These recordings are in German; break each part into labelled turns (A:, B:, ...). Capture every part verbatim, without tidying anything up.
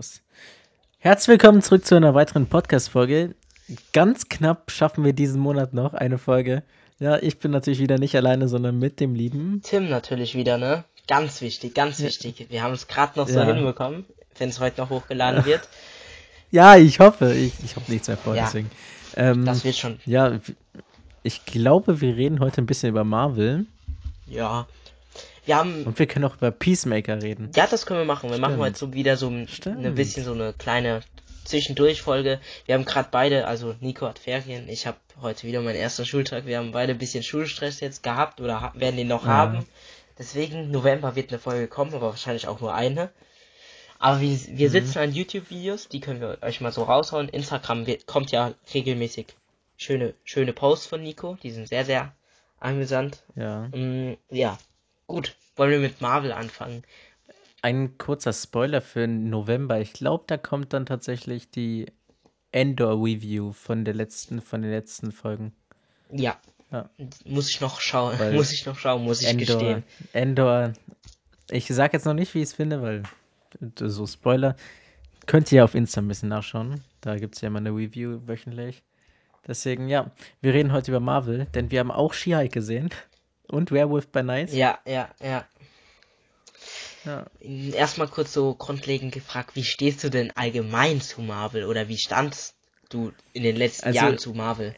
A: los. Herzlich willkommen zurück zu einer weiteren Podcast-Folge. Ganz knapp schaffen wir diesen Monat noch eine Folge. Ja, ich bin natürlich wieder nicht alleine, sondern mit dem lieben
B: Tim natürlich wieder, ne? Ganz wichtig, ganz
A: Ja.
B: wichtig. Wir haben es gerade noch so
A: Ja.
B: hinbekommen, wenn es heute noch hochgeladen wird.
A: Ja, ich hoffe. Ich, ich habe nichts mehr vor,
B: Ja.
A: deswegen. Ähm,
B: Das wird schon,
A: ja, ich glaube, wir reden heute ein bisschen über Marvel
B: ja. Wir haben,
A: und wir können auch über Peacemaker reden.
B: ja, das können wir machen. Wir machen
A: Stimmt.
B: heute so wieder so ein
A: Stimmt.
B: ein bisschen so eine kleine Zwischendurch-Folge. Wir haben gerade beide, also Nico hat Ferien, ich habe heute wieder meinen ersten Schultag. Wir haben beide ein bisschen Schulstress jetzt gehabt oder ha- werden den noch
A: Ja.
B: haben. Deswegen, November wird eine Folge kommen, aber wahrscheinlich auch nur eine. Aber wir, wir
A: Mhm.
B: sitzen an YouTube-Videos, die können wir euch mal so raushauen. Instagram wird, kommt ja regelmäßig schöne, schöne Posts von Nico, die sind sehr, sehr amüsant.
A: Ja.
B: Mm, ja, gut, wollen wir mit Marvel anfangen?
A: Ein kurzer Spoiler für November. Ich glaube, da kommt dann tatsächlich die Endor-Review von der letzten, von den letzten Folgen.
B: Ja,
A: Ja.
B: muss ich noch schauen,
A: Weil
B: muss ich noch schauen, muss ich
A: Endor,
B: gestehen.
A: Endor, ich sag jetzt noch nicht, wie ich es finde, weil so Spoiler. Könnt ihr auf Insta ein bisschen nachschauen. Da gibt es ja immer eine Review wöchentlich. Deswegen, ja, wir reden heute über Marvel, denn wir haben auch She-Hulk gesehen. Und Werewolf by Night.
B: Ja, ja, ja.
A: Ja.
B: Erstmal kurz so grundlegend gefragt, wie stehst du denn allgemein zu Marvel oder wie standst du in den letzten
A: Also-
B: Jahren zu Marvel?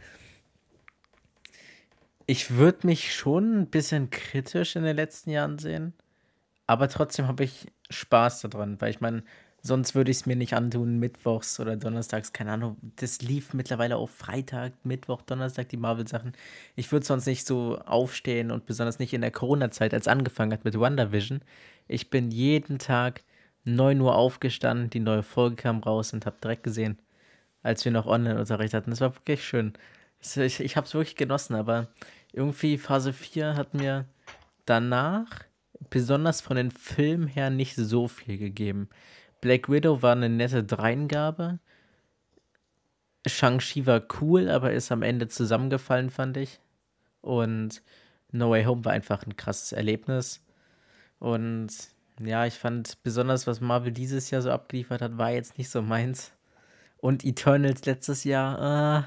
A: Ich würde mich schon ein bisschen kritisch in den letzten Jahren sehen. Aber trotzdem habe ich Spaß daran, weil ich meine, sonst würde ich es mir nicht antun, mittwochs oder donnerstags, keine Ahnung. Das lief mittlerweile auf Freitag, Mittwoch, Donnerstag, die Marvel-Sachen. Ich würde sonst nicht so aufstehen und besonders nicht in der Corona-Zeit, als angefangen hat mit WandaVision. Ich bin jeden Tag neun Uhr aufgestanden, die neue Folge kam raus und habe direkt gesehen, als wir noch Online-Unterricht hatten. Das war wirklich schön. Das- Ich, ich habe es wirklich genossen, aber irgendwie Phase vier hat mir danach besonders von den Filmen her nicht so viel gegeben. Black Widow war eine nette Dreingabe. Shang-Chi war cool, aber ist am Ende zusammengefallen, fand ich. Und No Way Home war einfach ein krasses Erlebnis. Und ja, ich fand besonders, was Marvel dieses Jahr so abgeliefert hat, war jetzt nicht so meins. Und Eternals letztes Jahr,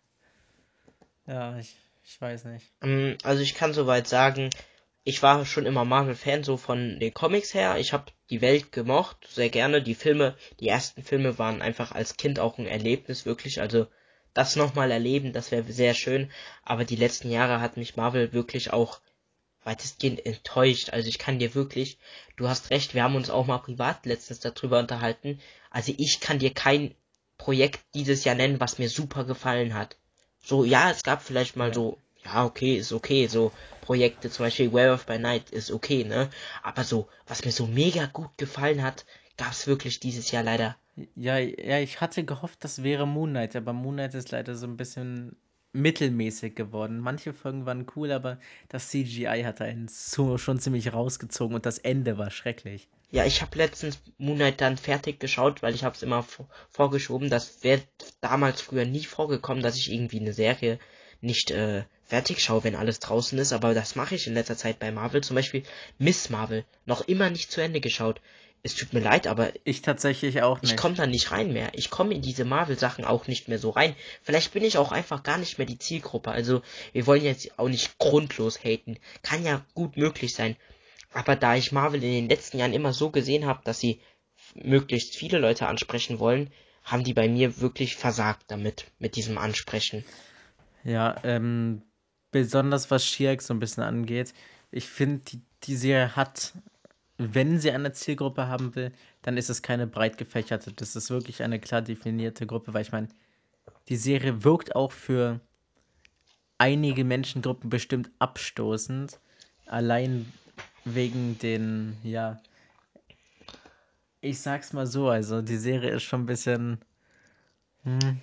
A: äh, ja, ich, ich weiß nicht.
B: Ähm, Also ich kann soweit sagen, ich war schon immer Marvel-Fan, so von den Comics her. Ich habe die Welt gemocht, sehr gerne. Die Filme, die ersten Filme waren einfach als Kind auch ein Erlebnis, wirklich. Also das nochmal erleben, das wäre sehr schön. Aber die letzten Jahre hat mich Marvel wirklich auch weitestgehend enttäuscht. Also ich kann dir wirklich, du hast recht, wir haben uns auch mal privat letztens darüber unterhalten. Also ich kann dir kein Projekt dieses Jahr nennen, was mir super gefallen hat. So, ja, es gab vielleicht mal
A: Ja.
B: so, ja, okay, ist okay, so Projekte, zum Beispiel Werewolf by Night ist okay, ne? Aber so, was mir so mega gut gefallen hat, gab's wirklich dieses Jahr leider.
A: Ja, ja, ich hatte gehofft, das wäre Moon Knight, aber Moon Knight ist leider so ein bisschen mittelmäßig geworden. Manche Folgen waren cool, aber das C G I hat einen so schon ziemlich rausgezogen und das Ende war schrecklich.
B: Ja, ich habe letztens Moon Knight dann fertig geschaut, weil ich habe es immer vor vorgeschoben. Das wäre damals früher nie vorgekommen, dass ich irgendwie eine Serie nicht äh, fertig schaue, wenn alles draußen ist. Aber das mache ich in letzter Zeit bei Marvel. Zum Beispiel Miss Marvel. Noch immer nicht zu Ende geschaut. Es tut mir leid, aber
A: Ich tatsächlich auch
B: ich
A: nicht.
B: komme da nicht rein mehr. Ich komme in diese Marvel-Sachen auch nicht mehr so rein. Vielleicht bin ich auch einfach gar nicht mehr die Zielgruppe. Also, wir wollen jetzt auch nicht grundlos haten. Kann ja gut möglich sein. Aber da ich Marvel in den letzten Jahren immer so gesehen habe, dass sie möglichst viele Leute ansprechen wollen, haben die bei mir wirklich versagt damit, mit diesem Ansprechen.
A: Ja, ähm, besonders was She-Hulk so ein bisschen angeht. Ich finde, die, die Serie hat, wenn sie eine Zielgruppe haben will, dann ist es keine breit gefächerte. Das ist wirklich eine klar definierte Gruppe, weil ich meine, die Serie wirkt auch für einige Menschengruppen bestimmt abstoßend. Allein wegen den, ja, ich sag's mal so, also die Serie ist schon ein bisschen hm,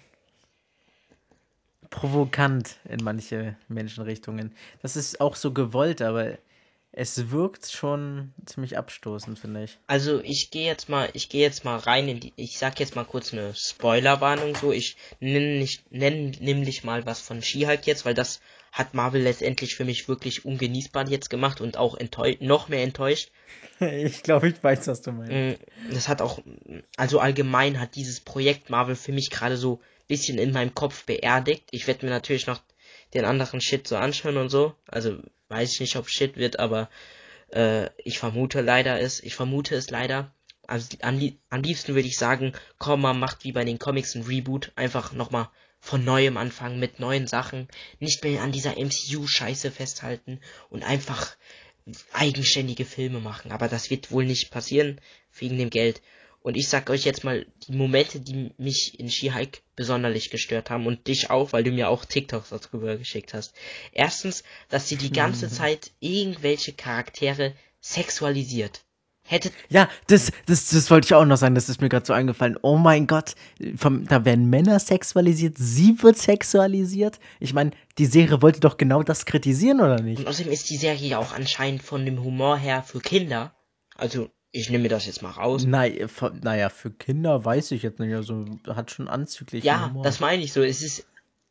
A: provokant in manche Menschenrichtungen. Das ist auch so gewollt, aber es wirkt schon ziemlich abstoßend, finde ich.
B: Also ich gehe jetzt mal, ich gehe jetzt mal rein in die, ich sag jetzt mal kurz eine Spoilerwarnung so, ich nenne nicht, nenne nämlich mal was von She-Hulk jetzt, weil das hat Marvel letztendlich für mich wirklich ungenießbar jetzt gemacht und auch enttäuscht, noch mehr enttäuscht.
A: Ich glaube, ich weiß, was du meinst.
B: Mm, Das hat auch, also allgemein hat dieses Projekt Marvel für mich gerade so ein bisschen in meinem Kopf beerdigt. Ich werde mir natürlich noch den anderen Shit so anschauen und so. Also weiß ich nicht, ob Shit wird, aber äh, ich vermute leider es. Ich vermute es leider. Also am, lie- am liebsten würde ich sagen, komm mal, macht wie bei den Comics ein Reboot. Einfach nochmal von neuem anfangen mit neuen Sachen. Nicht mehr an dieser M C U-Scheiße festhalten und einfach eigenständige Filme machen. Aber das wird wohl nicht passieren, wegen dem Geld. Und ich sag euch jetzt mal die Momente, die mich in She-Hulk besonderlich gestört haben und dich auch, weil du mir auch TikToks darüber geschickt hast. Erstens, dass sie die ganze Zeit irgendwelche Charaktere sexualisiert. Hätte,
A: Ja, das, das, das wollte ich auch noch sagen, das ist mir gerade so eingefallen. Oh mein Gott, vom, da werden Männer sexualisiert, sie wird sexualisiert. Ich meine, die Serie wollte doch genau das kritisieren, oder nicht?
B: und außerdem ist die Serie ja auch anscheinend von dem Humor her für Kinder. Also, ich nehme mir das jetzt mal raus.
A: Nei- ver- Naja, für Kinder weiß ich jetzt nicht, also hat schon anzüglichen
B: Ja,
A: Humor.
B: das meine ich so. Es ist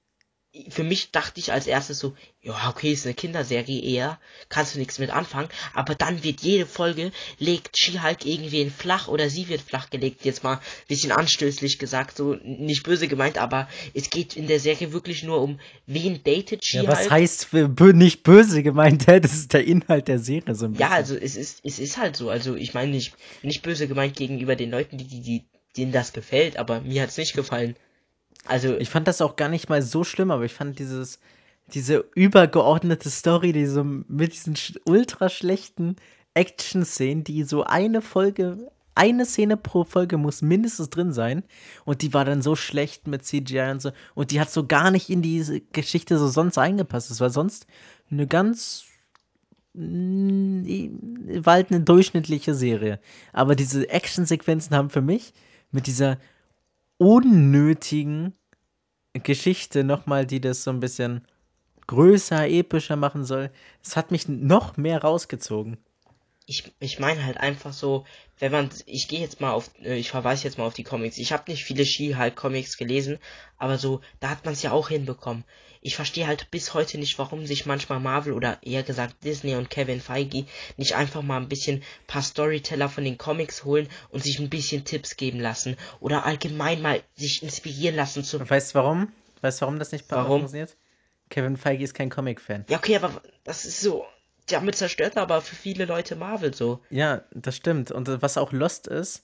B: für mich dachte ich als erstes so, ja, okay, ist eine Kinderserie eher, kannst du nichts mit anfangen, aber dann wird jede Folge, legt She-Hulk irgendwen flach oder sie wird flach gelegt, jetzt mal ein bisschen anstößlich gesagt, so nicht böse gemeint, aber es geht in der Serie wirklich nur um, wen datet
A: Ja, was
B: She-Hulk?
A: heißt für bö- nicht böse gemeint, hä? Das ist der Inhalt der Serie so ein
B: Ja,
A: bisschen.
B: also es ist, es ist halt so, also ich meine nicht, nicht böse gemeint gegenüber den Leuten, die, die, die, denen das gefällt, aber mir hat's nicht gefallen. Also,
A: Ich fand das auch gar nicht mal so schlimm, aber ich fand dieses, diese übergeordnete Story, die so mit diesen sch ultra schlechten Action-Szenen, die so eine Folge, eine Szene pro Folge muss mindestens drin sein. Und die war dann so schlecht mit C G I und so. Und die hat so gar nicht in diese Geschichte so sonst eingepasst. Es war sonst eine ganz, mm, war halt eine durchschnittliche Serie. Aber diese Action-Sequenzen haben für mich mit dieser unnötigen Geschichte nochmal, die das so ein bisschen größer, epischer machen soll. Das hat mich noch mehr rausgezogen.
B: ich, ich meine halt einfach so, wenn man, ich gehe jetzt mal auf, äh, ich verweise jetzt mal auf die Comics. Ich habe nicht viele She-Hulk-Comics gelesen, aber so, da hat man es ja auch hinbekommen. Ich verstehe halt bis heute nicht, warum sich manchmal Marvel oder eher gesagt Disney und Kevin Feige nicht einfach mal ein bisschen paar Storyteller von den Comics holen und sich ein bisschen Tipps geben lassen oder allgemein mal sich inspirieren lassen zu.
A: Weißt du warum? Weißt du, warum das nicht
B: Warum?
A: funktioniert? Kevin Feige ist kein Comic-Fan.
B: Ja, okay, aber das ist so, damit zerstört er aber für viele Leute Marvel so.
A: Ja, das stimmt. Und äh, was auch Lost ist,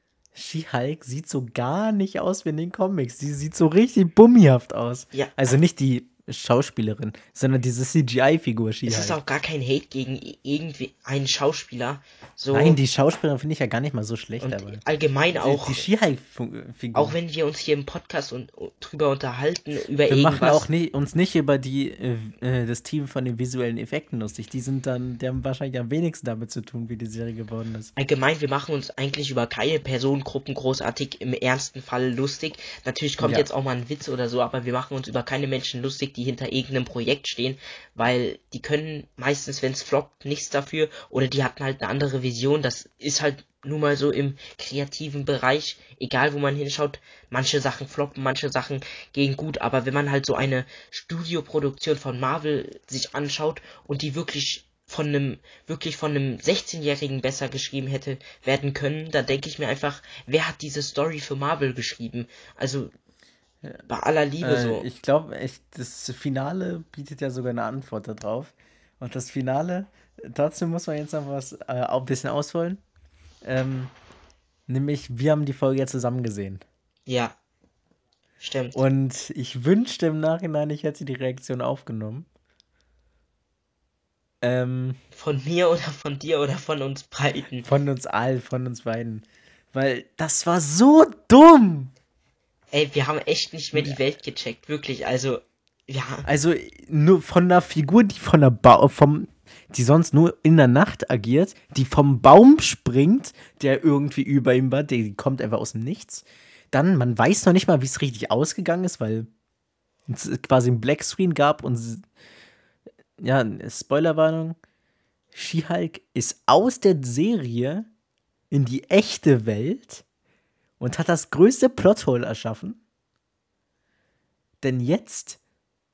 A: She-Hulk sieht so gar nicht aus wie in den Comics. Sie sieht so richtig bummihaft aus.
B: Ja,
A: Also nicht die Schauspielerin, sondern diese C G I-Figur
B: es ist
A: She-Hulk.
B: auch gar kein Hate gegen i- irgendwie einen Schauspieler. So,
A: Nein, die Schauspielerin finde ich ja gar nicht mal so schlecht,
B: und
A: aber
B: allgemein
A: die,
B: auch,
A: die She-Hulk-Figur.
B: auch wenn wir uns hier im Podcast und, und drüber unterhalten, über
A: Wir machen
B: irgendwas.
A: auch nie, uns nicht über die, äh, äh, das Team von den visuellen Effekten lustig. Die sind dann, die haben wahrscheinlich am wenigsten damit zu tun, wie die Serie geworden ist.
B: Allgemein, wir machen uns eigentlich über keine Personengruppen großartig im ernsten Fall lustig. Natürlich kommt
A: Ja.
B: jetzt auch mal ein Witz oder so, aber wir machen uns über keine Menschen lustig, die hinter irgendeinem Projekt stehen, weil die können meistens, wenn es floppt, nichts dafür oder die hatten halt eine andere Vision. Das ist halt nun mal so im kreativen Bereich, egal wo man hinschaut, manche Sachen floppen, manche Sachen gehen gut, aber wenn man halt so eine Studioproduktion von Marvel sich anschaut und die wirklich von einem, wirklich von einem sechzehnjährigen besser geschrieben hätte werden können, da denke ich mir einfach, wer hat diese Story für Marvel geschrieben? Also, bei aller Liebe
A: Äh,
B: so.
A: ich glaube, das Finale bietet ja sogar eine Antwort darauf. Und das Finale, dazu muss man jetzt noch was äh, auch ein bisschen ausholen. Ähm, nämlich, wir haben die Folge ja zusammen gesehen.
B: Ja, stimmt.
A: Und ich wünschte im Nachhinein, ich hätte die Reaktion aufgenommen. Ähm,
B: Von mir oder von dir oder von uns beiden.
A: von uns allen, von uns beiden. Weil das war so dumm.
B: Ey, wir haben echt nicht mehr die Welt gecheckt, wirklich, also, ja,
A: Also nur von einer Figur, die von der ba vom, die sonst nur in der Nacht agiert, die vom Baum springt, der irgendwie über ihm war, die kommt einfach aus dem Nichts. Dann, man weiß noch nicht mal, wie es richtig ausgegangen ist, weil es quasi ein Blackscreen gab und s- ja, Spoilerwarnung, She-Hulk ist aus der Serie in die echte Welt und hat das größte Plothole erschaffen. Denn jetzt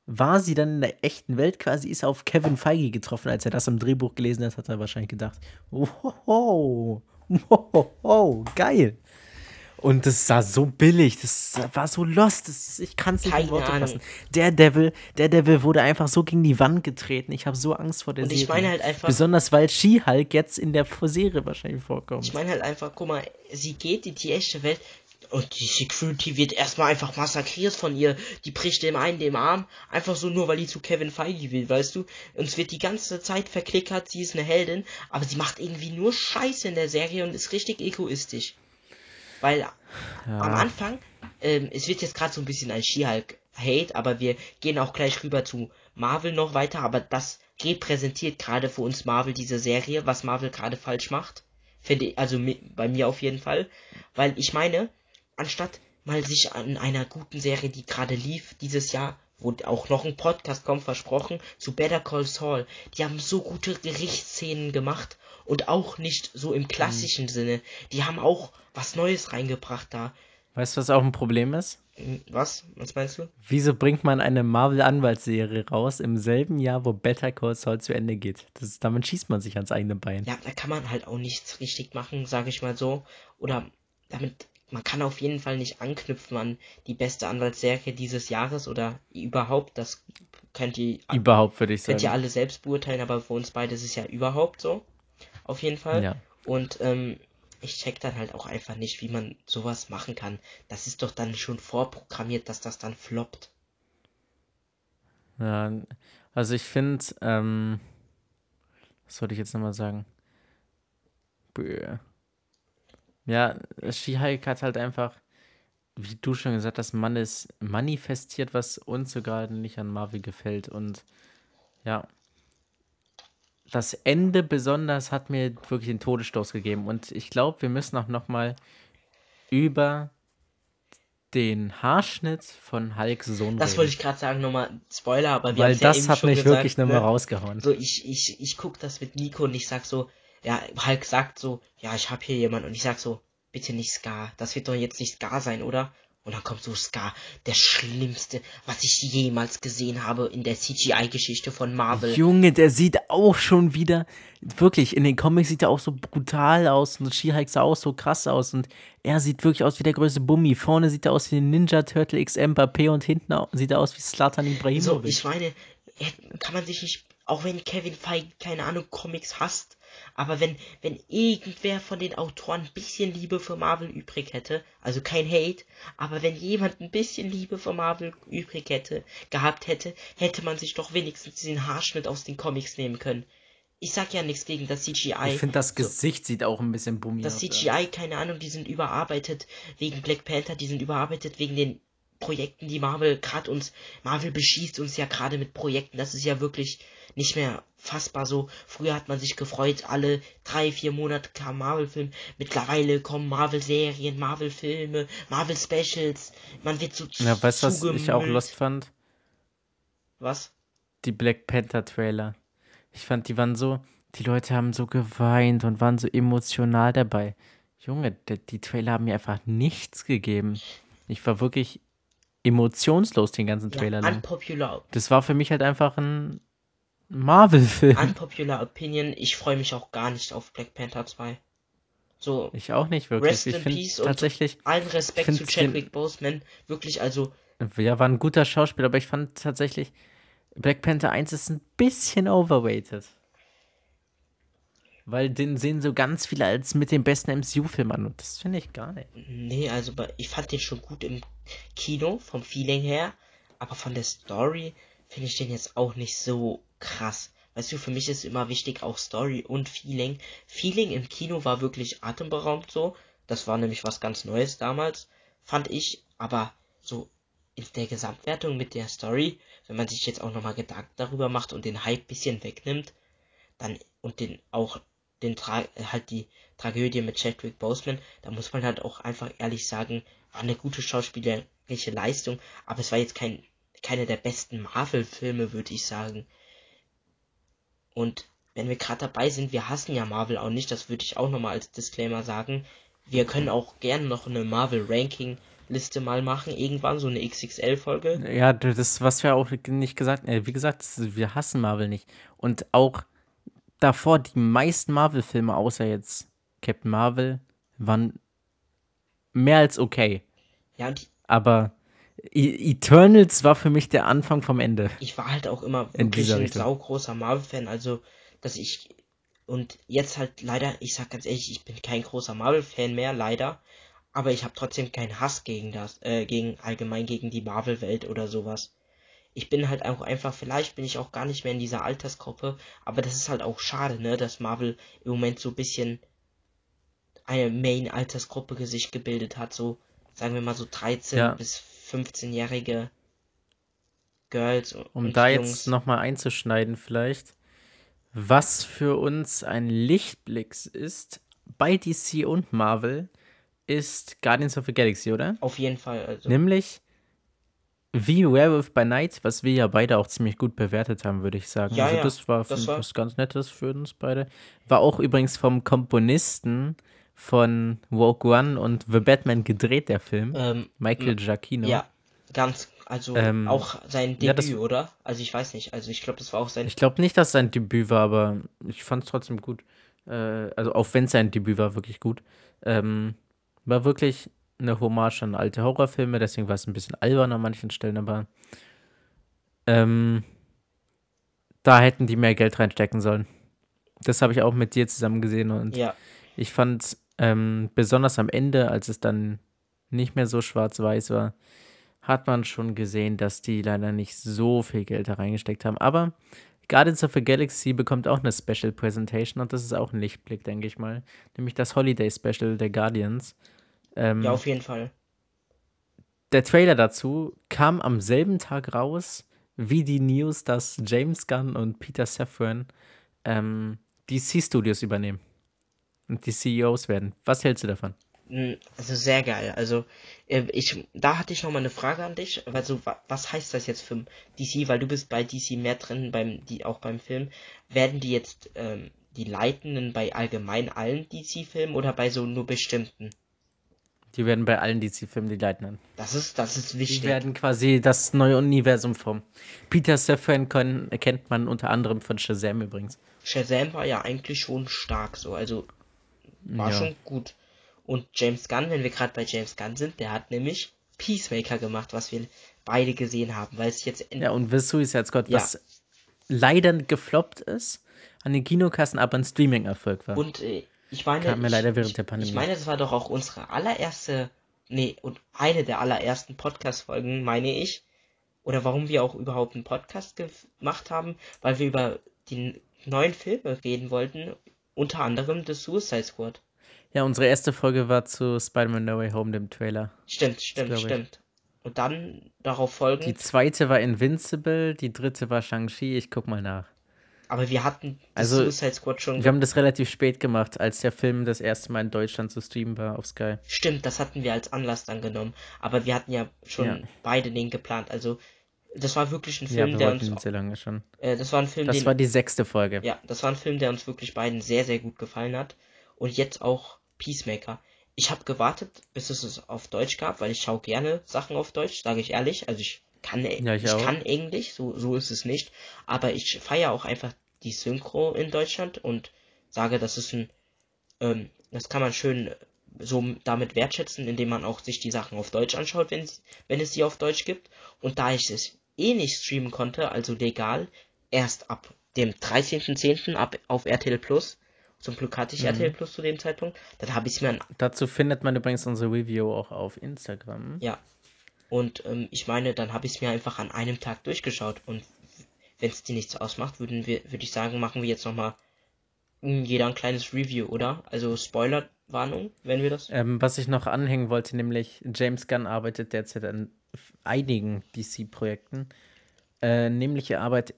A: war sie dann in der echten Welt quasi, ist auf Kevin Feige getroffen, als er das im Drehbuch gelesen hat, hat er wahrscheinlich gedacht, wow, wow, geil. Und das sah so billig, das war so lost, das, ich kann es nicht in
B: Keine
A: Worte
B: Ahnung.
A: fassen. Daredevil, Daredevil wurde einfach so gegen die Wand getreten, ich habe so Angst vor der
B: Und
A: Serie.
B: ich meine halt einfach,
A: Besonders weil She-Hulk jetzt in der Serie wahrscheinlich vorkommt.
B: ich meine halt einfach, guck mal, sie geht in die echte Welt und die Security wird erstmal einfach massakriert von ihr. Die bricht dem einen dem Arm, einfach so nur, weil die zu Kevin Feige will, weißt du? Und es wird die ganze Zeit verklickert, sie ist eine Heldin, aber sie macht irgendwie nur Scheiße in der Serie und ist richtig egoistisch. Weil
A: Ja.
B: am Anfang, ähm, es wird jetzt gerade so ein bisschen ein She-Hulk-Hate, aber wir gehen auch gleich rüber zu Marvel noch weiter, aber das repräsentiert gerade für uns Marvel diese Serie, was Marvel gerade falsch macht. Finde ich, also mi- bei mir auf jeden Fall. Weil ich meine, anstatt mal sich an einer guten Serie, die gerade lief dieses Jahr, wo auch noch ein Podcast kommt, versprochen, zu Better Call Saul. Die haben so gute Gerichtsszenen gemacht und auch nicht so im klassischen Sinne. Die haben auch was Neues reingebracht da.
A: Weißt du, was auch ein Problem ist?
B: Hm, Was? Was meinst du?
A: Wieso bringt man eine Marvel-Anwaltsserie raus im selben Jahr, wo Better Call Saul zu Ende geht? Das, damit schießt man sich ans eigene Bein.
B: Ja, da kann man halt auch nichts richtig machen, sage ich mal so. Oder damit, man kann auf jeden Fall nicht anknüpfen an die beste Anwaltsserie dieses Jahres oder überhaupt. Das könnt ihr,
A: Überhaupt, würde ich
B: könnt ihr
A: sagen.
B: alle selbst beurteilen, aber für uns beide ist es ja überhaupt so. Auf jeden Fall.
A: Ja.
B: Und ähm, ich check dann halt auch einfach nicht, wie man sowas machen kann. Das ist doch dann schon vorprogrammiert, dass das dann floppt.
A: Ja, also ich finde, ähm, was wollte ich jetzt nochmal sagen? Bäh. Ja, She-Hulk hat halt einfach, wie du schon gesagt hast, man ist manifestiert, was uns so gerade nicht an Marvel gefällt. Und ja, das Ende besonders hat mir wirklich den Todesstoß gegeben. Und ich glaube, wir müssen auch nochmal über den Haarschnitt von Hulks Sohn
B: Das
A: reden.
B: wollte ich gerade sagen, nochmal Spoiler, aber wir
A: Weil
B: haben es ja
A: das
B: eben
A: hat
B: schon
A: mich
B: gesagt,
A: wirklich nochmal
B: ne?
A: rausgehauen.
B: So, ich, ich, ich guck das mit Nico und ich sag so, ja, Hulk sagt so, ja, ich hab hier jemanden und ich sag so, bitte nicht Scar, das wird doch jetzt nicht Scar sein, oder? Und dann kommt so Scar, der schlimmste, was ich jemals gesehen habe in der C G I-Geschichte von Marvel.
A: Junge, der sieht auch schon wieder, wirklich, in den Comics sieht er auch so brutal aus und She-Hulk sah auch so krass aus und er sieht wirklich aus wie der größte Bummi. Vorne sieht er aus wie ein Ninja Turtle X Mbappé und hinten au- sieht er aus wie Zlatan
B: So,
A: Ibrahimovic.
B: ich meine, er- kann man sich nicht, auch wenn Kevin Feige, keine Ahnung, Comics hasst, aber wenn, wenn irgendwer von den Autoren ein bisschen Liebe für Marvel übrig hätte, also kein Hate, aber wenn jemand ein bisschen Liebe für Marvel übrig hätte, gehabt hätte, hätte man sich doch wenigstens diesen Haarschnitt aus den Comics nehmen können. Ich sag ja nichts gegen das C G I.
A: Ich finde, das
B: So,
A: Gesicht sieht auch ein bisschen bummi
B: das
A: aus.
B: C G I, keine Ahnung, die sind überarbeitet wegen Black Panther, die sind überarbeitet wegen den Projekten, die Marvel gerade uns, Marvel beschießt uns ja gerade mit Projekten, das ist ja wirklich nicht mehr fassbar so. Früher hat man sich gefreut, alle drei, vier Monate kam Marvel-Film, mittlerweile kommen Marvel-Serien, Marvel-Filme, Marvel-Specials, man wird so
A: Ja, weißt du, was ich auch
B: zugemüllt.
A: lost fand?
B: Was?
A: Die Black Panther Trailer. Ich fand, die waren so, die Leute haben so geweint und waren so emotional dabei. Junge, die, die Trailer haben mir einfach nichts gegeben. Ich war wirklich emotionslos den ganzen
B: Ja,
A: Trailer lang.
B: unpopular,
A: Das war für mich halt einfach ein Marvel-Film.
B: unpopular Opinion, ich freue mich auch gar nicht auf Black Panther zwei. So,
A: Ich auch nicht wirklich.
B: Rest
A: Ich
B: in
A: finde
B: Peace und
A: tatsächlich,
B: allen
A: ich
B: Respekt zu
A: finde
B: Chadwick
A: den,
B: Boseman. Wirklich, also,
A: ja, war ein guter Schauspieler, aber ich fand tatsächlich, Black Panther eins ist ein bisschen overrated. Weil den sehen so ganz viele als mit dem besten M C U-Film an und das finde ich gar nicht.
B: nee, also bei- ich fand den schon gut im Kino, vom Feeling her, aber von der Story finde ich den jetzt auch nicht so krass. Weißt du, für mich ist immer wichtig auch Story und Feeling. Feeling im Kino war wirklich atemberaubend so. Das war nämlich was ganz Neues damals, fand ich. Aber so in der Gesamtwertung mit der Story, wenn man sich jetzt auch nochmal Gedanken darüber macht und den Hype bisschen wegnimmt, dann und den auch den Tra halt die Tragödie mit Chadwick Boseman, da muss man halt auch einfach ehrlich sagen, war eine gute schauspielerische Leistung, aber es war jetzt kein keine der besten Marvel-Filme, würde ich sagen. Und wenn wir gerade dabei sind, wir hassen ja Marvel auch nicht, das würde ich auch nochmal als Disclaimer sagen. Wir können auch gerne noch eine Marvel-Ranking Liste mal machen, irgendwann, so eine X X L-Folge.
A: Ja, das, was wir auch nicht gesagt haben, wie gesagt, das, wir hassen Marvel nicht. Und auch davor, die meisten Marvel-Filme, außer jetzt Captain Marvel, waren mehr als okay.
B: Ja, und
A: Aber E- Eternals war für mich der Anfang vom Ende
B: ich war halt auch immer
A: in
B: wirklich
A: dieser
B: ein
A: Richtung.
B: saugroßer Marvel-Fan, also, dass ich, und jetzt halt leider, ich sag ganz ehrlich, ich bin kein großer Marvel-Fan mehr, leider, aber ich habe trotzdem keinen Hass gegen das, äh, gegen, allgemein gegen die Marvel-Welt oder sowas. Ich bin halt auch einfach, vielleicht bin ich auch gar nicht mehr in dieser Altersgruppe, aber das ist halt auch schade, ne, dass Marvel im Moment so ein bisschen eine Main-Altersgruppe sich gebildet hat, so, sagen wir mal so dreizehn-
A: Ja,
B: bis fünfzehn-jährige Girls
A: um
B: und
A: da jetzt
B: Jungs.
A: nochmal einzuschneiden vielleicht, was für uns ein Lichtblick ist, bei D C und Marvel, ist Guardians of the Galaxy, oder?
B: Auf jeden Fall, also.
A: Nämlich wie Werewolf by Night, was wir ja beide auch ziemlich gut bewertet haben, würde ich sagen.
B: Ja,
A: Also
B: ja,
A: das war
B: das
A: f-
B: war.
A: was ganz Nettes für uns beide. War auch übrigens vom Komponisten von Rogue One und The Batman gedreht, der Film.
B: Ähm, m-
A: Michael Giacchino.
B: ja, ganz, also
A: Ähm,
B: auch sein
A: ja,
B: Debüt,
A: das,
B: oder? Also ich weiß nicht, also ich glaube, das war auch sein.
A: ich glaube nicht, dass es sein Debüt war, aber ich fand es trotzdem gut. Äh, also auch wenn es sein Debüt war, wirklich gut. Ähm, war wirklich eine Hommage an alte Horrorfilme, deswegen war es ein bisschen albern an manchen Stellen, aber ähm, da hätten die mehr Geld reinstecken sollen. Das habe ich auch mit dir zusammen gesehen und
B: Ja,
A: ich fand ähm, besonders am Ende, als es dann nicht mehr so schwarz-weiß war, hat man schon gesehen, dass die leider nicht so viel Geld da reingesteckt haben. Aber Guardians of the Galaxy bekommt auch eine Special Presentation und das ist auch ein Lichtblick, denke ich mal. Nämlich das Holiday Special der Guardians.
B: ja,
A: Ähm,
B: auf jeden Fall.
A: der Trailer dazu kam am selben Tag raus wie die News, dass James Gunn und Peter Safran ähm, D C Studios übernehmen und die C E Os werden. Was hältst du davon?
B: Mm, Also sehr geil. Also äh, ich, da hatte ich noch mal eine Frage an dich. Also wa was heißt das jetzt für D C? Weil du bist bei D C mehr drin, beim, die, auch beim Film. Werden die jetzt ähm, die Leitenden bei allgemein allen D C-Filmen oder bei so nur bestimmten?
A: Die werden bei allen D C-Filmen die Leitenden.
B: Das ist, das ist
A: Die
B: wichtig.
A: werden quasi das neue Universum formen. Peter Safran können, kennt man unter anderem von Shazam übrigens.
B: Shazam war ja eigentlich schon stark so, also war
A: Ja.
B: schon gut. Und James Gunn, wenn wir gerade bei James Gunn sind, der hat nämlich Peacemaker gemacht, was wir beide gesehen haben, weil es jetzt in,
A: Ja, und The Suicide Squad,
B: ja,
A: was leider gefloppt ist, an den Kinokassen aber ein Streaming-Erfolg war.
B: und äh, ich meine,
A: Kam mir
B: ich,
A: leider während
B: ich,
A: der
B: ich
A: Pandemie.
B: meine, das war doch auch unsere allererste, nee, und eine der allerersten Podcast-Folgen, meine ich, oder warum wir auch überhaupt einen Podcast gemacht haben, weil wir über die neuen Filme reden wollten, unter anderem The Suicide Squad.
A: Ja, unsere erste Folge war zu Spider-Man No Way Home, dem Trailer,
B: Stimmt, stimmt,
A: glaube ich.
B: stimmt. Und dann darauf
A: Die
B: folgend,
A: zweite war Invincible, die dritte war Shang-Chi, ich guck mal nach.
B: aber wir hatten The
A: Also,
B: Suicide Squad schon
A: wir
B: ge
A: haben das relativ spät gemacht, als der Film das erste Mal in Deutschland zu streamen war auf Sky.
B: Stimmt, das hatten wir als Anlass dann genommen. Aber wir hatten ja
A: Ja,
B: schon beide den geplant. Also, das war wirklich ein
A: ja,
B: Film,
A: wir
B: der
A: wollten
B: uns,
A: ihn sehr lange schon.
B: äh, das war ein Film,
A: Das
B: den,
A: war die sechste Folge.
B: ja, das war ein Film, der uns wirklich beiden sehr, sehr gut gefallen hat. Und jetzt auch Peacemaker. Ich habe gewartet, bis es es auf Deutsch gab, weil ich schaue gerne Sachen auf Deutsch, sage ich ehrlich. Also ich kann,
A: Ja, ich
B: ich
A: auch.
B: kann Englisch, so, so ist es nicht. Aber ich feiere auch einfach die Synchro in Deutschland und sage, das ist ein, ähm, das kann man schön so damit wertschätzen, indem man auch sich die Sachen auf Deutsch anschaut, wenn, wenn es sie auf Deutsch gibt. Und da ich es eh nicht streamen konnte, also legal, erst ab dem dreizehnten zehnten ab auf R T L Plus. Zum Glück hatte ich R T L
A: Mhm.
B: Plus zu dem Zeitpunkt. Dann habe ich es mir an,
A: Dazu findet man übrigens unsere Review auch auf Instagram.
B: ja, und ähm, ich meine, dann habe ich es mir einfach an einem Tag durchgeschaut. Und wenn es dir nichts ausmacht, würden wir, würde ich sagen, machen wir jetzt nochmal jeder ein kleines Review, oder? Also Spoilerwarnung, wenn wir das.
A: Ähm, was ich noch anhängen wollte, nämlich James Gunn arbeitet derzeit an f- einigen D C-Projekten. Äh, nämlich er arbeitet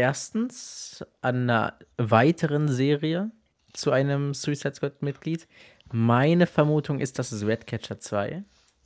A: erstens an einer weiteren Serie zu einem Suicide Squad-Mitglied. Meine Vermutung ist, dass es Redcatcher zwei.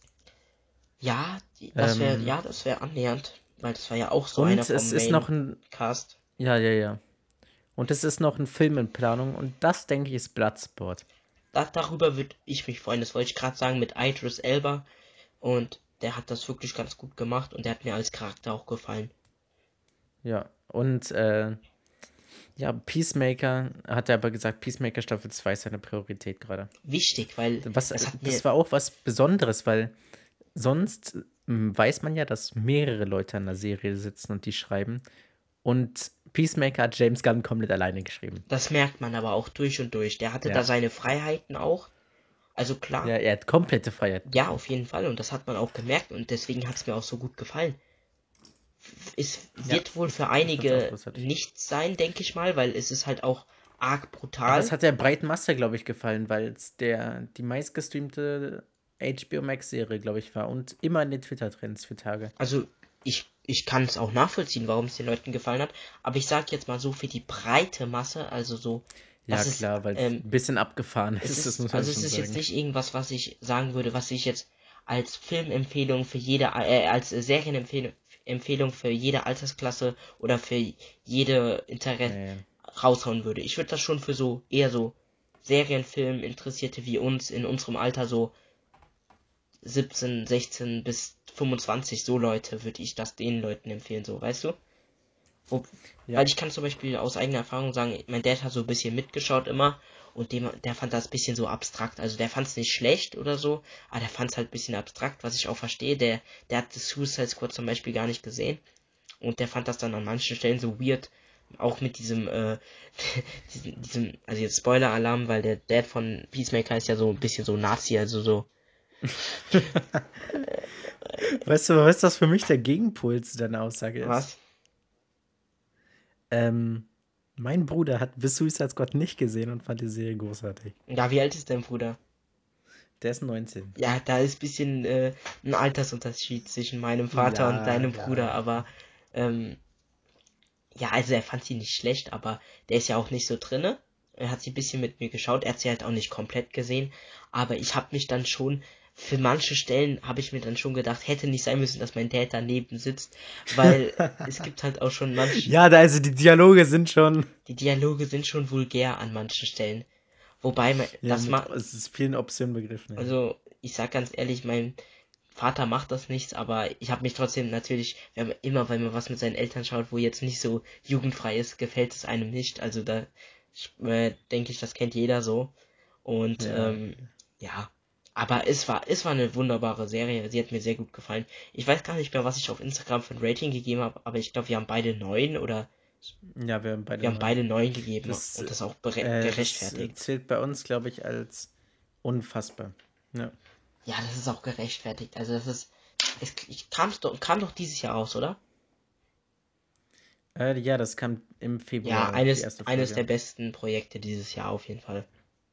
B: Ja, die- das wäre,
A: Ähm,
B: ja, das wäre annähernd, weil das war ja auch so einer
A: und
B: vom
A: es ist noch ein,
B: Maincast.
A: ja, ja, ja. Und es ist noch ein Film in Planung und das, denke ich, ist Bloodsport.
B: Da, darüber würde ich mich freuen, das wollte ich gerade sagen, mit Idris Elba. Und der hat das wirklich ganz gut gemacht und der hat mir als Charakter auch gefallen.
A: Ja, und äh, ja, Peacemaker, hat er aber gesagt, Peacemaker Staffel zwei ist seine Priorität gerade.
B: Wichtig, weil
A: Was,
B: das hat mir,
A: das war auch was Besonderes, weil sonst m, weiß man ja, dass mehrere Leute an der Serie sitzen und die schreiben. Und Peacemaker hat James Gunn komplett alleine geschrieben.
B: das merkt man aber auch durch und durch. Der hatte da
A: Ja.
B: seine Freiheiten auch. Also klar,
A: Ja, er hat komplette Freiheit.
B: ja, auf jeden Fall. Und das hat man auch gemerkt und deswegen hat es mir auch so gut gefallen. Es wird
A: Ja,
B: wohl
A: ich,
B: für
A: ich find's auch
B: einige
A: großartig.
B: nichts sein, denke ich mal, weil es ist halt auch arg
A: Aber
B: brutal.
A: es hat der breiten Masse, glaube ich, gefallen, weil es der die meistgestreamte H B O Max-Serie, glaube ich, war und immer in den Twitter-Trends für Tage.
B: Also ich, ich kann es auch nachvollziehen, warum es den Leuten gefallen hat. Aber ich sag jetzt mal so für die breite Masse, also so,
A: Ja,
B: das ist,
A: klar, weil es
B: ähm,
A: ein bisschen abgefahren
B: es
A: ist, das
B: ist,
A: muss man
B: also es
A: schon
B: ist jetzt
A: sagen.
B: nicht irgendwas, was ich sagen würde, was ich jetzt als Filmempfehlung für jede, äh, als Serienempfehlung Empfehlung für jede Altersklasse oder für jede Interesse
A: Nee.
B: raushauen würde. Ich würde das schon für so eher so Serienfilm Interessierte wie uns in unserem Alter so siebzehn, sechzehn bis fünfundzwanzig, so Leute, würde ich das den Leuten empfehlen, so, weißt du? Wo,
A: Ja,
B: Weil ich kann zum Beispiel aus eigener Erfahrung sagen, mein Dad hat so ein bisschen mitgeschaut immer und dem, der fand das bisschen so abstrakt. Also der fand es nicht schlecht oder so, aber der fand es halt ein bisschen abstrakt, was ich auch verstehe. Der, der hat das Suicide Squad zum Beispiel gar nicht gesehen und der fand das dann an manchen Stellen so weird. Auch mit diesem, äh, diesem, diesem, also jetzt Spoiler-Alarm, weil der Dad von Peacemaker ist ja so ein bisschen so Nazi, also so.
A: weißt du, was das für mich der Gegenpol zu deiner Aussage ist?
B: Was?
A: Ähm, mein Bruder hat The Suicide Squad nicht gesehen und fand die Serie großartig.
B: Ja, wie alt ist dein Bruder?
A: Der ist neunzehn.
B: Ja, da ist ein bisschen äh, ein Altersunterschied zwischen meinem Vater und
A: Ja,
B: deinem
A: ja.
B: Bruder, aber ähm, ja, also er fand sie nicht schlecht, aber der ist ja auch nicht so drinne. Er hat sie ein bisschen mit mir geschaut, er hat sie halt auch nicht komplett gesehen, aber ich habe mich dann schon, für manche Stellen habe ich mir dann schon gedacht, hätte nicht sein müssen, dass mein Dad daneben sitzt, weil es gibt halt auch schon manche,
A: Ja, da, also die Dialoge sind schon.
B: die Dialoge sind schon vulgär an manchen Stellen. Wobei, man,
A: Ja,
B: das
A: mit,
B: macht,
A: es ist vielen Optionen begriffen. Ja.
B: also ich sag ganz ehrlich, mein Vater macht das nichts, aber ich habe mich trotzdem natürlich, wenn man, immer, wenn man was mit seinen Eltern schaut, wo jetzt nicht so jugendfrei ist, gefällt es einem nicht. Also da äh, denke ich, das kennt jeder so. Und
A: Ja.
B: ähm, ja, aber es war, es war eine wunderbare Serie. Sie hat mir sehr gut gefallen. Ich weiß gar nicht mehr, was ich auf Instagram für ein Rating gegeben habe, aber ich glaube, wir haben beide neun oder
A: Ja, wir haben beide
B: wir haben
A: neun.
B: beide neun gegeben
A: Das,
B: und das auch bere-
A: äh, das
B: gerechtfertigt.
A: zählt bei uns, glaube ich, als unfassbar. Ja.
B: Ja, das ist auch gerechtfertigt. Also das ist, es ich, kam's doch, kam doch dieses Jahr raus, oder?
A: Äh, ja, das kam im
B: Ja,
A: Februar, die
B: eines,
A: erste
B: eines der
A: Folge.
B: besten Projekte dieses Jahr auf jeden Fall.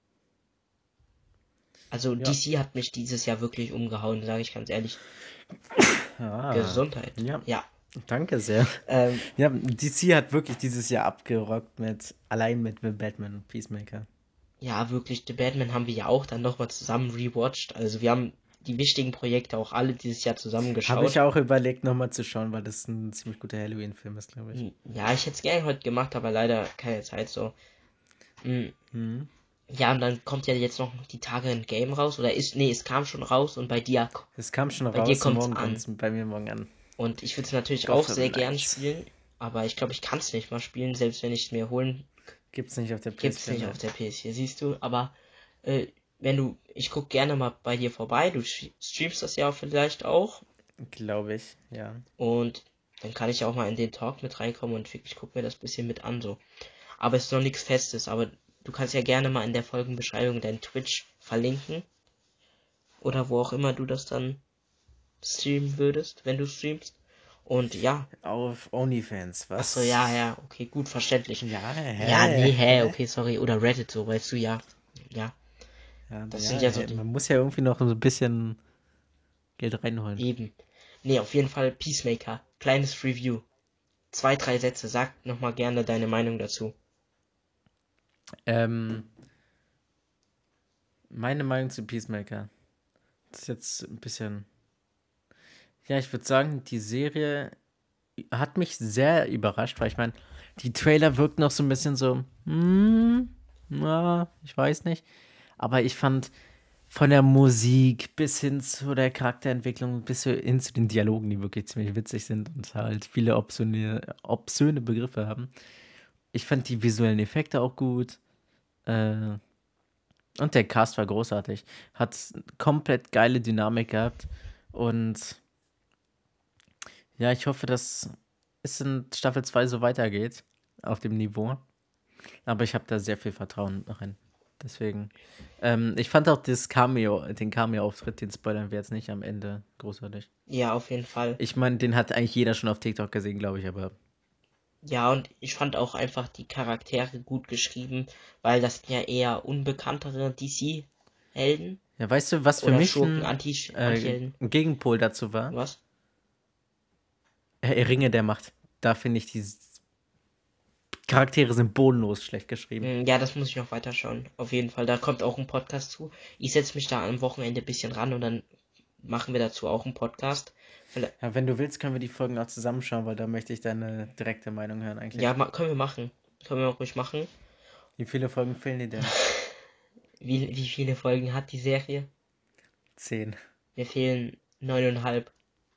B: Also
A: Ja.
B: D C hat mich dieses Jahr wirklich umgehauen, sage ich ganz ehrlich.
A: Ah,
B: Gesundheit.
A: ja,
B: Ja.
A: danke sehr.
B: Ähm,
A: Ja, D C hat wirklich dieses Jahr abgerockt mit, allein mit The Batman und Peacemaker.
B: ja, wirklich, The Batman haben wir ja auch dann nochmal zusammen rewatcht. Also wir haben die wichtigen Projekte auch alle dieses Jahr zusammen
A: Habe
B: geschaut.
A: ich auch überlegt, nochmal zu schauen, weil das ein ziemlich guter Halloween-Film ist, glaube ich.
B: Ja, ich hätte es gerne heute gemacht, aber leider keine Zeit so. Mm,
A: Mhm.
B: Ja, und dann kommt ja jetzt noch die Tage ein Game raus. Oder ist, nee, es kam schon raus und bei dir,
A: Es kam schon
B: bei dir
A: raus und
B: kommt's
A: morgen
B: an.
A: kommt es bei mir morgen an.
B: Und ich würde es natürlich auch
A: Gotham
B: sehr gern
A: Knights.
B: spielen, aber ich glaube, ich kann es nicht mal spielen, selbst wenn ich es mir holen,
A: Gibt's nicht auf der
B: gibt's
A: P S vier,
B: nicht
A: ne?
B: auf der P S vier, siehst du. Aber äh, wenn du, ich guck gerne mal bei dir vorbei, du sch- streamst das ja vielleicht auch
A: Glaube ich, ja.
B: und dann kann ich auch mal in den Talk mit reinkommen und wirklich guck mir das bisschen mit an so. Aber es ist noch nichts Festes, aber du kannst ja gerne mal in der Folgenbeschreibung deinen Twitch verlinken oder wo auch immer du das dann streamen würdest, wenn du streamst. Und ja,
A: Auf OnlyFans, was?
B: achso, ja, ja, okay, gut, verständlich.
A: Ja, hä?
B: Ja, nee, hä,
A: hä?
B: okay, sorry. Oder Reddit, so, weißt du, ja. Ja,
A: Ja,
B: das
A: ja,
B: sind ja so
A: hä?
B: die
A: Man muss ja irgendwie noch so ein bisschen Geld reinholen.
B: eben. Nee, auf jeden Fall Peacemaker. Kleines Review. Zwei, drei Sätze. Sag nochmal gerne deine Meinung dazu.
A: Ähm, meine Meinung zu Peacemaker. Das ist jetzt ein bisschen. Ja, ich würde sagen, die Serie hat mich sehr überrascht, weil ich meine, die Trailer wirken noch so ein bisschen so, hm, na, ich weiß nicht. Aber ich fand Von der Musik bis hin zu der Charakterentwicklung, bis hin zu den Dialogen, die wirklich ziemlich witzig sind und halt viele obszöne, obszöne Begriffe haben. Ich fand die visuellen Effekte auch gut. Äh, und der Cast war großartig. Hat komplett geile Dynamik gehabt. Und ja, ich hoffe, dass es in Staffel zwei so weitergeht. Auf dem Niveau. Aber ich habe da sehr viel Vertrauen rein. Deswegen. Ähm, ich fand auch das Cameo, den Cameo-Auftritt, den spoilern wir jetzt nicht am Ende großartig.
B: Ja, auf jeden Fall.
A: Ich meine, den hat eigentlich jeder schon auf TikTok gesehen, glaube ich, aber.
B: Ja, und ich fand auch einfach die Charaktere gut geschrieben, weil das sind ja eher unbekanntere D C-Helden.
A: Ja, weißt du, was für
B: Oder
A: mich
B: Schurken,
A: ein,
B: Anti
A: äh,
B: Anti-Helden.
A: ein Gegenpol dazu war?
B: Was?
A: Äh, Ringe der Macht. Da finde ich, die s- Charaktere sind bodenlos schlecht geschrieben.
B: Mm, Ja, das muss ich noch weiterschauen. Auf jeden Fall. Da kommt auch ein Podcast zu. Ich setze mich da am Wochenende ein bisschen ran und dann machen wir dazu auch einen Podcast. Vielleicht,
A: Ja, wenn du willst, können wir die Folgen auch zusammenschauen, weil da möchte ich deine direkte Meinung hören eigentlich.
B: ja, ma können wir machen. Können wir auch ruhig machen.
A: Wie viele Folgen fehlen dir denn?
B: Wie, wie viele Folgen hat die Serie?
A: Zehn.
B: Mir fehlen neuneinhalb.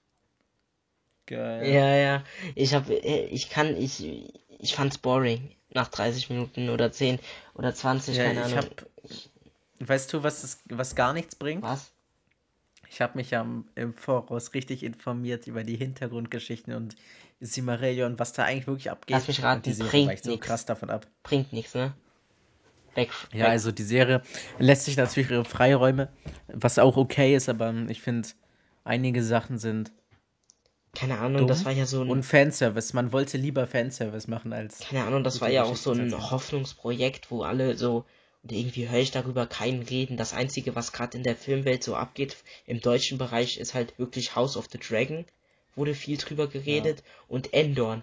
A: Geil.
B: Ja, ja. Ich hab, äh, ich kann, ich, ich fand's boring. Nach dreißig Minuten oder zehn oder zwanzig,
A: Ja,
B: keine
A: ich
B: Ahnung.
A: hab. Weißt du, was, es, was gar nichts bringt?
B: Was?
A: Ich habe mich ja im, im Voraus richtig informiert über die Hintergrundgeschichten und Silmarillion, was da eigentlich wirklich abgeht.
B: Lass mich raten,
A: und die Serie
B: bringt
A: weicht so
B: nix.
A: krass davon ab.
B: Bringt nichts, ne? Weg.
A: Ja,
B: weg.
A: also die Serie lässt sich natürlich ihre Freiräume, was auch okay ist, aber ich finde, einige Sachen sind
B: Keine Ahnung,
A: dumm
B: das war ja so ein,
A: und Fanservice. Man wollte lieber Fanservice machen als
B: keine Ahnung, das
A: gute
B: war ja auch so
A: Geschichten
B: ein
A: erzählen.
B: Hoffnungsprojekt, wo alle so, und irgendwie höre ich darüber keinen reden. Das Einzige, was gerade in der Filmwelt so abgeht, im deutschen Bereich, ist halt wirklich House of the Dragon. Wurde viel drüber geredet. Und Endor.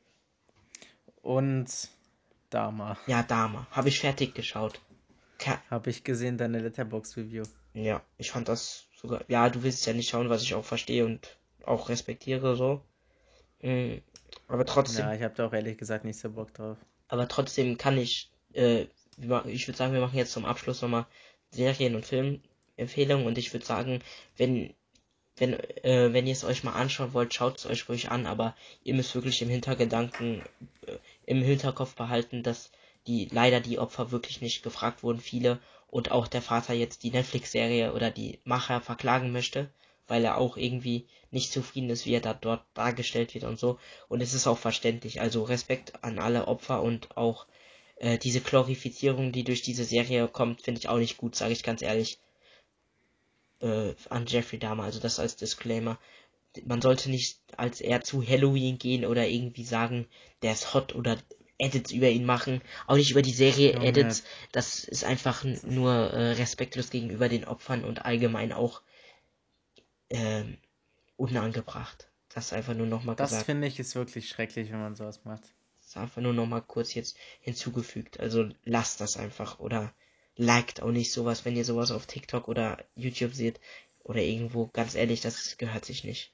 A: Und Dama
B: Ja, Dama. Habe ich fertig geschaut. Ka
A: habe ich gesehen, deine Letterboxd-Review.
B: ja, ich fand das sogar. Ja, du willst ja nicht schauen, was ich auch verstehe und auch respektiere, so. Mm, Aber trotzdem,
A: Ja, ich habe da auch ehrlich gesagt nicht so Bock drauf.
B: aber trotzdem kann ich, äh, wir ma- ich würde sagen, wir machen jetzt zum Abschluss nochmal Serien- und Filmempfehlungen und ich würde sagen, wenn, wenn, äh, wenn ihr es euch mal anschauen wollt, schaut es euch ruhig an, aber ihr müsst wirklich im Hintergedanken, äh, im Hinterkopf behalten, dass die, leider die Opfer wirklich nicht gefragt wurden, viele, und auch der Vater jetzt die Netflix-Serie oder die Macher verklagen möchte, weil er auch irgendwie nicht zufrieden ist, wie er da dort dargestellt wird und so. Und es ist auch verständlich. Also Respekt an alle Opfer und auch äh, diese Glorifizierung, die durch diese Serie kommt, finde ich auch nicht gut, sage ich ganz ehrlich, äh, an Jeffrey Dahmer. Also das als Disclaimer. Man sollte nicht als er zu Halloween gehen oder irgendwie sagen, der ist hot oder Edits über ihn machen. Auch nicht über die Serie
A: Junge.
B: Edits. Das ist einfach n- nur äh, respektlos gegenüber den Opfern und allgemein auch ähm, unangebracht. Das ist einfach nur nochmal
A: Das
B: gesagt.
A: finde ich ist wirklich schrecklich, wenn man sowas macht.
B: Das ist einfach nur nochmal kurz jetzt hinzugefügt. Also lasst das einfach oder liked auch nicht sowas, wenn ihr sowas auf TikTok oder YouTube seht oder irgendwo. Ganz ehrlich, das gehört sich nicht.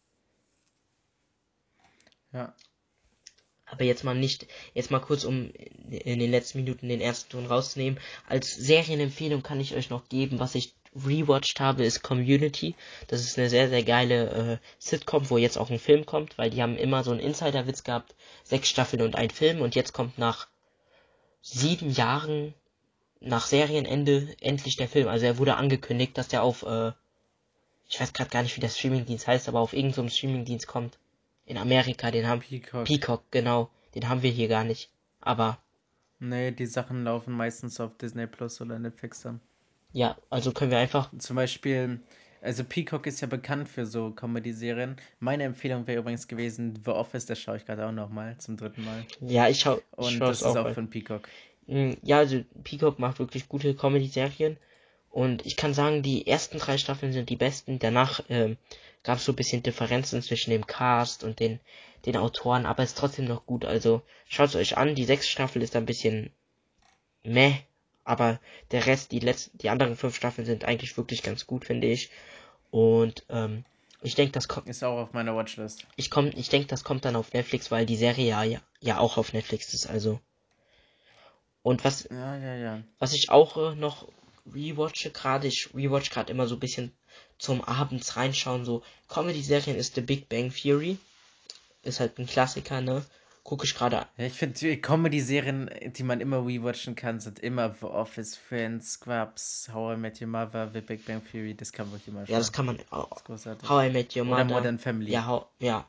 A: Ja.
B: Aber jetzt mal nicht, jetzt mal kurz, um in den letzten Minuten den ersten Ton rauszunehmen. Als Serienempfehlung kann ich euch noch geben, was ich rewatcht habe, ist Community. Das ist eine sehr, sehr geile äh, Sitcom, wo jetzt auch ein Film kommt, weil die haben immer so einen Insider-Witz gehabt, sechs Staffeln und ein Film und jetzt kommt nach sieben Jahren, nach Serienende, endlich der Film. Also er wurde angekündigt, dass der auf, äh, ich weiß gerade gar nicht, wie der Streamingdienst heißt, aber auf irgendeinem Streamingdienst kommt. In Amerika, den haben
A: Peacock.
B: Peacock, genau. Den haben wir hier gar nicht. Aber,
A: Nee, die Sachen laufen meistens auf Disney Plus oder Netflix dann.
B: ja, also können wir einfach,
A: Zum Beispiel, also Peacock ist ja bekannt für so Comedy-Serien. Meine Empfehlung wäre übrigens gewesen, The Office, das schaue ich gerade auch nochmal, zum dritten Mal.
B: ja, ich schau, ich
A: Und
B: schau
A: das
B: es
A: ist
B: auch,
A: auch
B: weil,
A: von Peacock.
B: Mm, ja, also Peacock macht wirklich gute Comedy-Serien. Und ich kann sagen, die ersten drei Staffeln sind die besten. Danach ähm, gab es so ein bisschen Differenzen zwischen dem Cast und den, den Autoren, aber es ist trotzdem noch gut. Also schaut es euch an. Die sechste Staffel ist ein bisschen meh, aber der Rest, die letzten, die anderen fünf Staffeln sind eigentlich wirklich ganz gut, finde ich. Und ähm, ich denke, das kommt,
A: Ist auch auf meiner Watchlist.
B: ich komm, ich denke, das kommt dann auf Netflix, weil die Serie ja, ja, ja auch auf Netflix ist. Also und was
A: Ja, ja, ja.
B: was ich auch äh, noch rewatche gerade. Ich rewatch gerade immer so ein bisschen zum Abends reinschauen. So Comedy-Serien ist The Big Bang Theory. Ist halt ein Klassiker, ne? Gucke ich gerade.
A: Ja, ich finde, die Comedy-Serien, die man immer rewatchen kann, sind immer The Office, Friends, Scrubs, How I Met Your Mother, The Big Bang Theory. Das kann man immer
B: Ja, das
A: schauen.
B: kann man auch.
A: Das ist großartig.
B: How I Met Your
A: Oder
B: Mother.
A: Modern Family.
B: Ja, how, ja.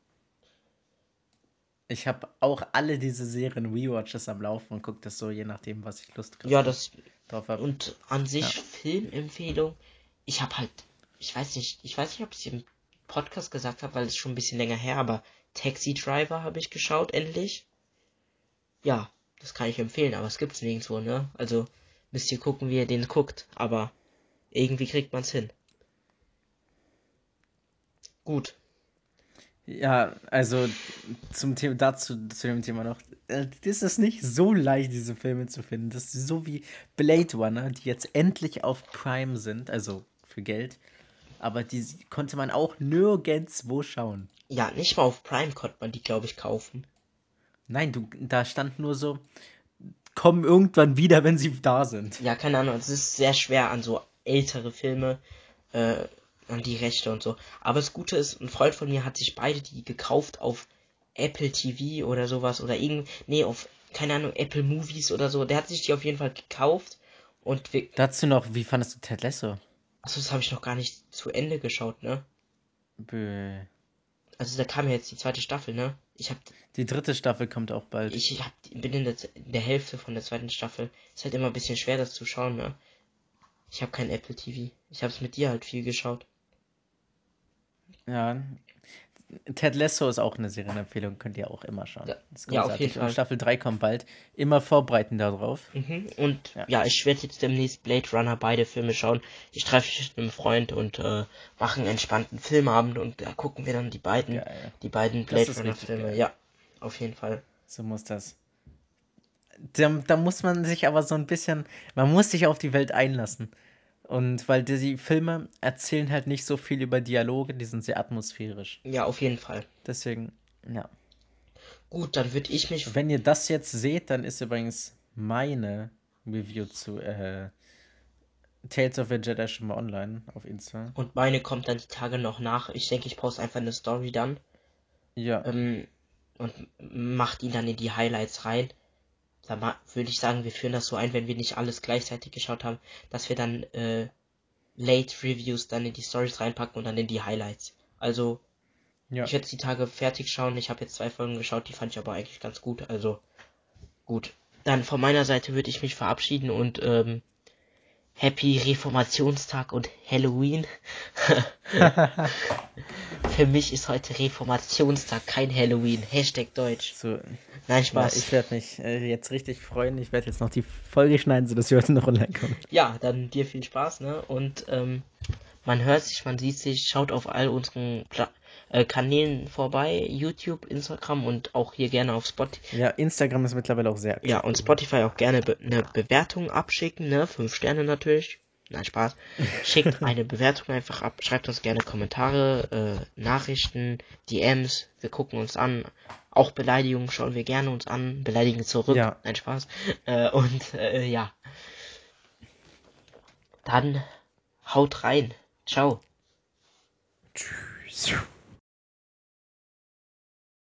A: Ich habe auch alle diese Serien Rewatches am Laufen und gucke das so, je nachdem, was ich Lust
B: Ja, das.
A: drauf habe.
B: Und an sich
A: Ja.
B: Filmempfehlung. Ich habe halt. Ich weiß nicht. Ich weiß nicht, ob ich es im Podcast gesagt habe, weil es schon ein bisschen länger her, aber Taxi Driver habe ich geschaut, endlich. Ja, das kann ich empfehlen, aber es gibt's nirgendwo, ne? Also müsst ihr gucken, wie ihr den guckt, aber irgendwie kriegt man's hin. Gut.
A: Ja, also zum Thema dazu zu dem Thema noch. äh, Das ist nicht so leicht, diese Filme zu finden. Das ist so wie Blade Runner, die jetzt endlich auf Prime sind, also für Geld. Aber die konnte man auch nirgendwo schauen.
B: Ja, nicht mal auf Prime konnte man die, glaube ich, kaufen.
A: Nein, du, da stand nur so, kommen irgendwann wieder, wenn sie da sind.
B: Ja, keine Ahnung, es ist sehr schwer an so ältere Filme, äh, an die Rechte und so. Aber das Gute ist, ein Freund von mir hat sich beide die gekauft auf Apple T V oder sowas oder irgend, nee, auf, keine Ahnung, Apple Movies oder so. Der hat sich die auf jeden Fall gekauft und wir,
A: Dazu noch, wie fandest du Ted Lasso?
B: achso, das habe ich noch gar nicht zu Ende geschaut, ne?
A: Bäh.
B: Also da kam ja jetzt die zweite Staffel, ne? Ich hab,
A: Die dritte Staffel kommt auch bald.
B: ich hab, bin in der, in der Hälfte von der zweiten Staffel. Ist halt immer ein bisschen schwer, das zu schauen, ne? Ich habe kein Apple T V. Ich habe es mit dir halt viel geschaut.
A: Ja. Ted Lasso ist auch eine Serienempfehlung, könnt ihr auch immer schauen.
B: Ja,
A: Das ist
B: ja, auf
A: großartig.
B: jeden Fall.
A: Und Staffel drei kommt bald. Immer vorbereiten darauf.
B: Mhm. Und
A: Ja.
B: ja, ich werde jetzt demnächst Blade Runner beide Filme schauen. Ich treffe mich mit einem Freund und äh, mache einen entspannten Filmabend und da gucken wir dann die beiden,
A: Geil.
B: die beiden
A: Das
B: Blade
A: ist
B: Runner
A: richtig
B: Filme.
A: geil.
B: Ja, auf jeden Fall.
A: So muss das. Da, da muss man sich aber so ein bisschen, man muss sich auf die Welt einlassen. Und weil die, die Filme erzählen halt nicht so viel über Dialoge, die sind sehr atmosphärisch.
B: Ja, auf jeden Fall.
A: Deswegen, ja.
B: Gut, dann würde ich mich
A: Wenn ihr das jetzt seht, dann ist übrigens meine Review zu äh, Tales of the Jedi schon mal online auf Insta.
B: und meine kommt dann die Tage noch nach. Ich denke, ich poste einfach eine Story dann
A: Ja,
B: ähm, und mach die dann in die Highlights rein. Da ma- würde ich sagen, wir führen das so ein, wenn wir nicht alles gleichzeitig geschaut haben, dass wir dann äh, Late Reviews dann in die Stories reinpacken und dann in die Highlights. Also
A: ja.
B: ich werde jetzt die Tage fertig schauen. Ich habe jetzt zwei Folgen geschaut, die fand ich aber eigentlich ganz gut. Also gut. Dann von meiner Seite würde ich mich verabschieden und ähm, Happy Reformationstag und Halloween. Für mich ist heute Reformationstag, kein Halloween. Hashtag Deutsch.
A: So,
B: Nein,
A: ja,
B: Spaß.
A: ich werde mich äh, jetzt richtig freuen. Ich werde jetzt noch die Folge schneiden, sodass sie heute noch online kommt.
B: Ja, dann dir viel Spaß, ne? Und ähm, man hört sich, man sieht sich, schaut auf all unseren Pla äh, Kanälen vorbei, YouTube, Instagram und auch hier gerne auf Spotify.
A: Ja, Instagram ist mittlerweile auch sehr aktiv.
B: Ja, und Spotify auch gerne be eine Bewertung abschicken, ne? Fünf Sterne natürlich. Nein, Spaß. Schickt eine Bewertung einfach ab, schreibt uns gerne Kommentare, äh, Nachrichten, D Ms, wir gucken uns an. Auch Beleidigungen schauen wir gerne uns an, beleidigen zurück.
A: Ja.
B: Nein, Spaß. Äh, und äh, ja. Dann haut rein. Ciao.
A: Tschüss.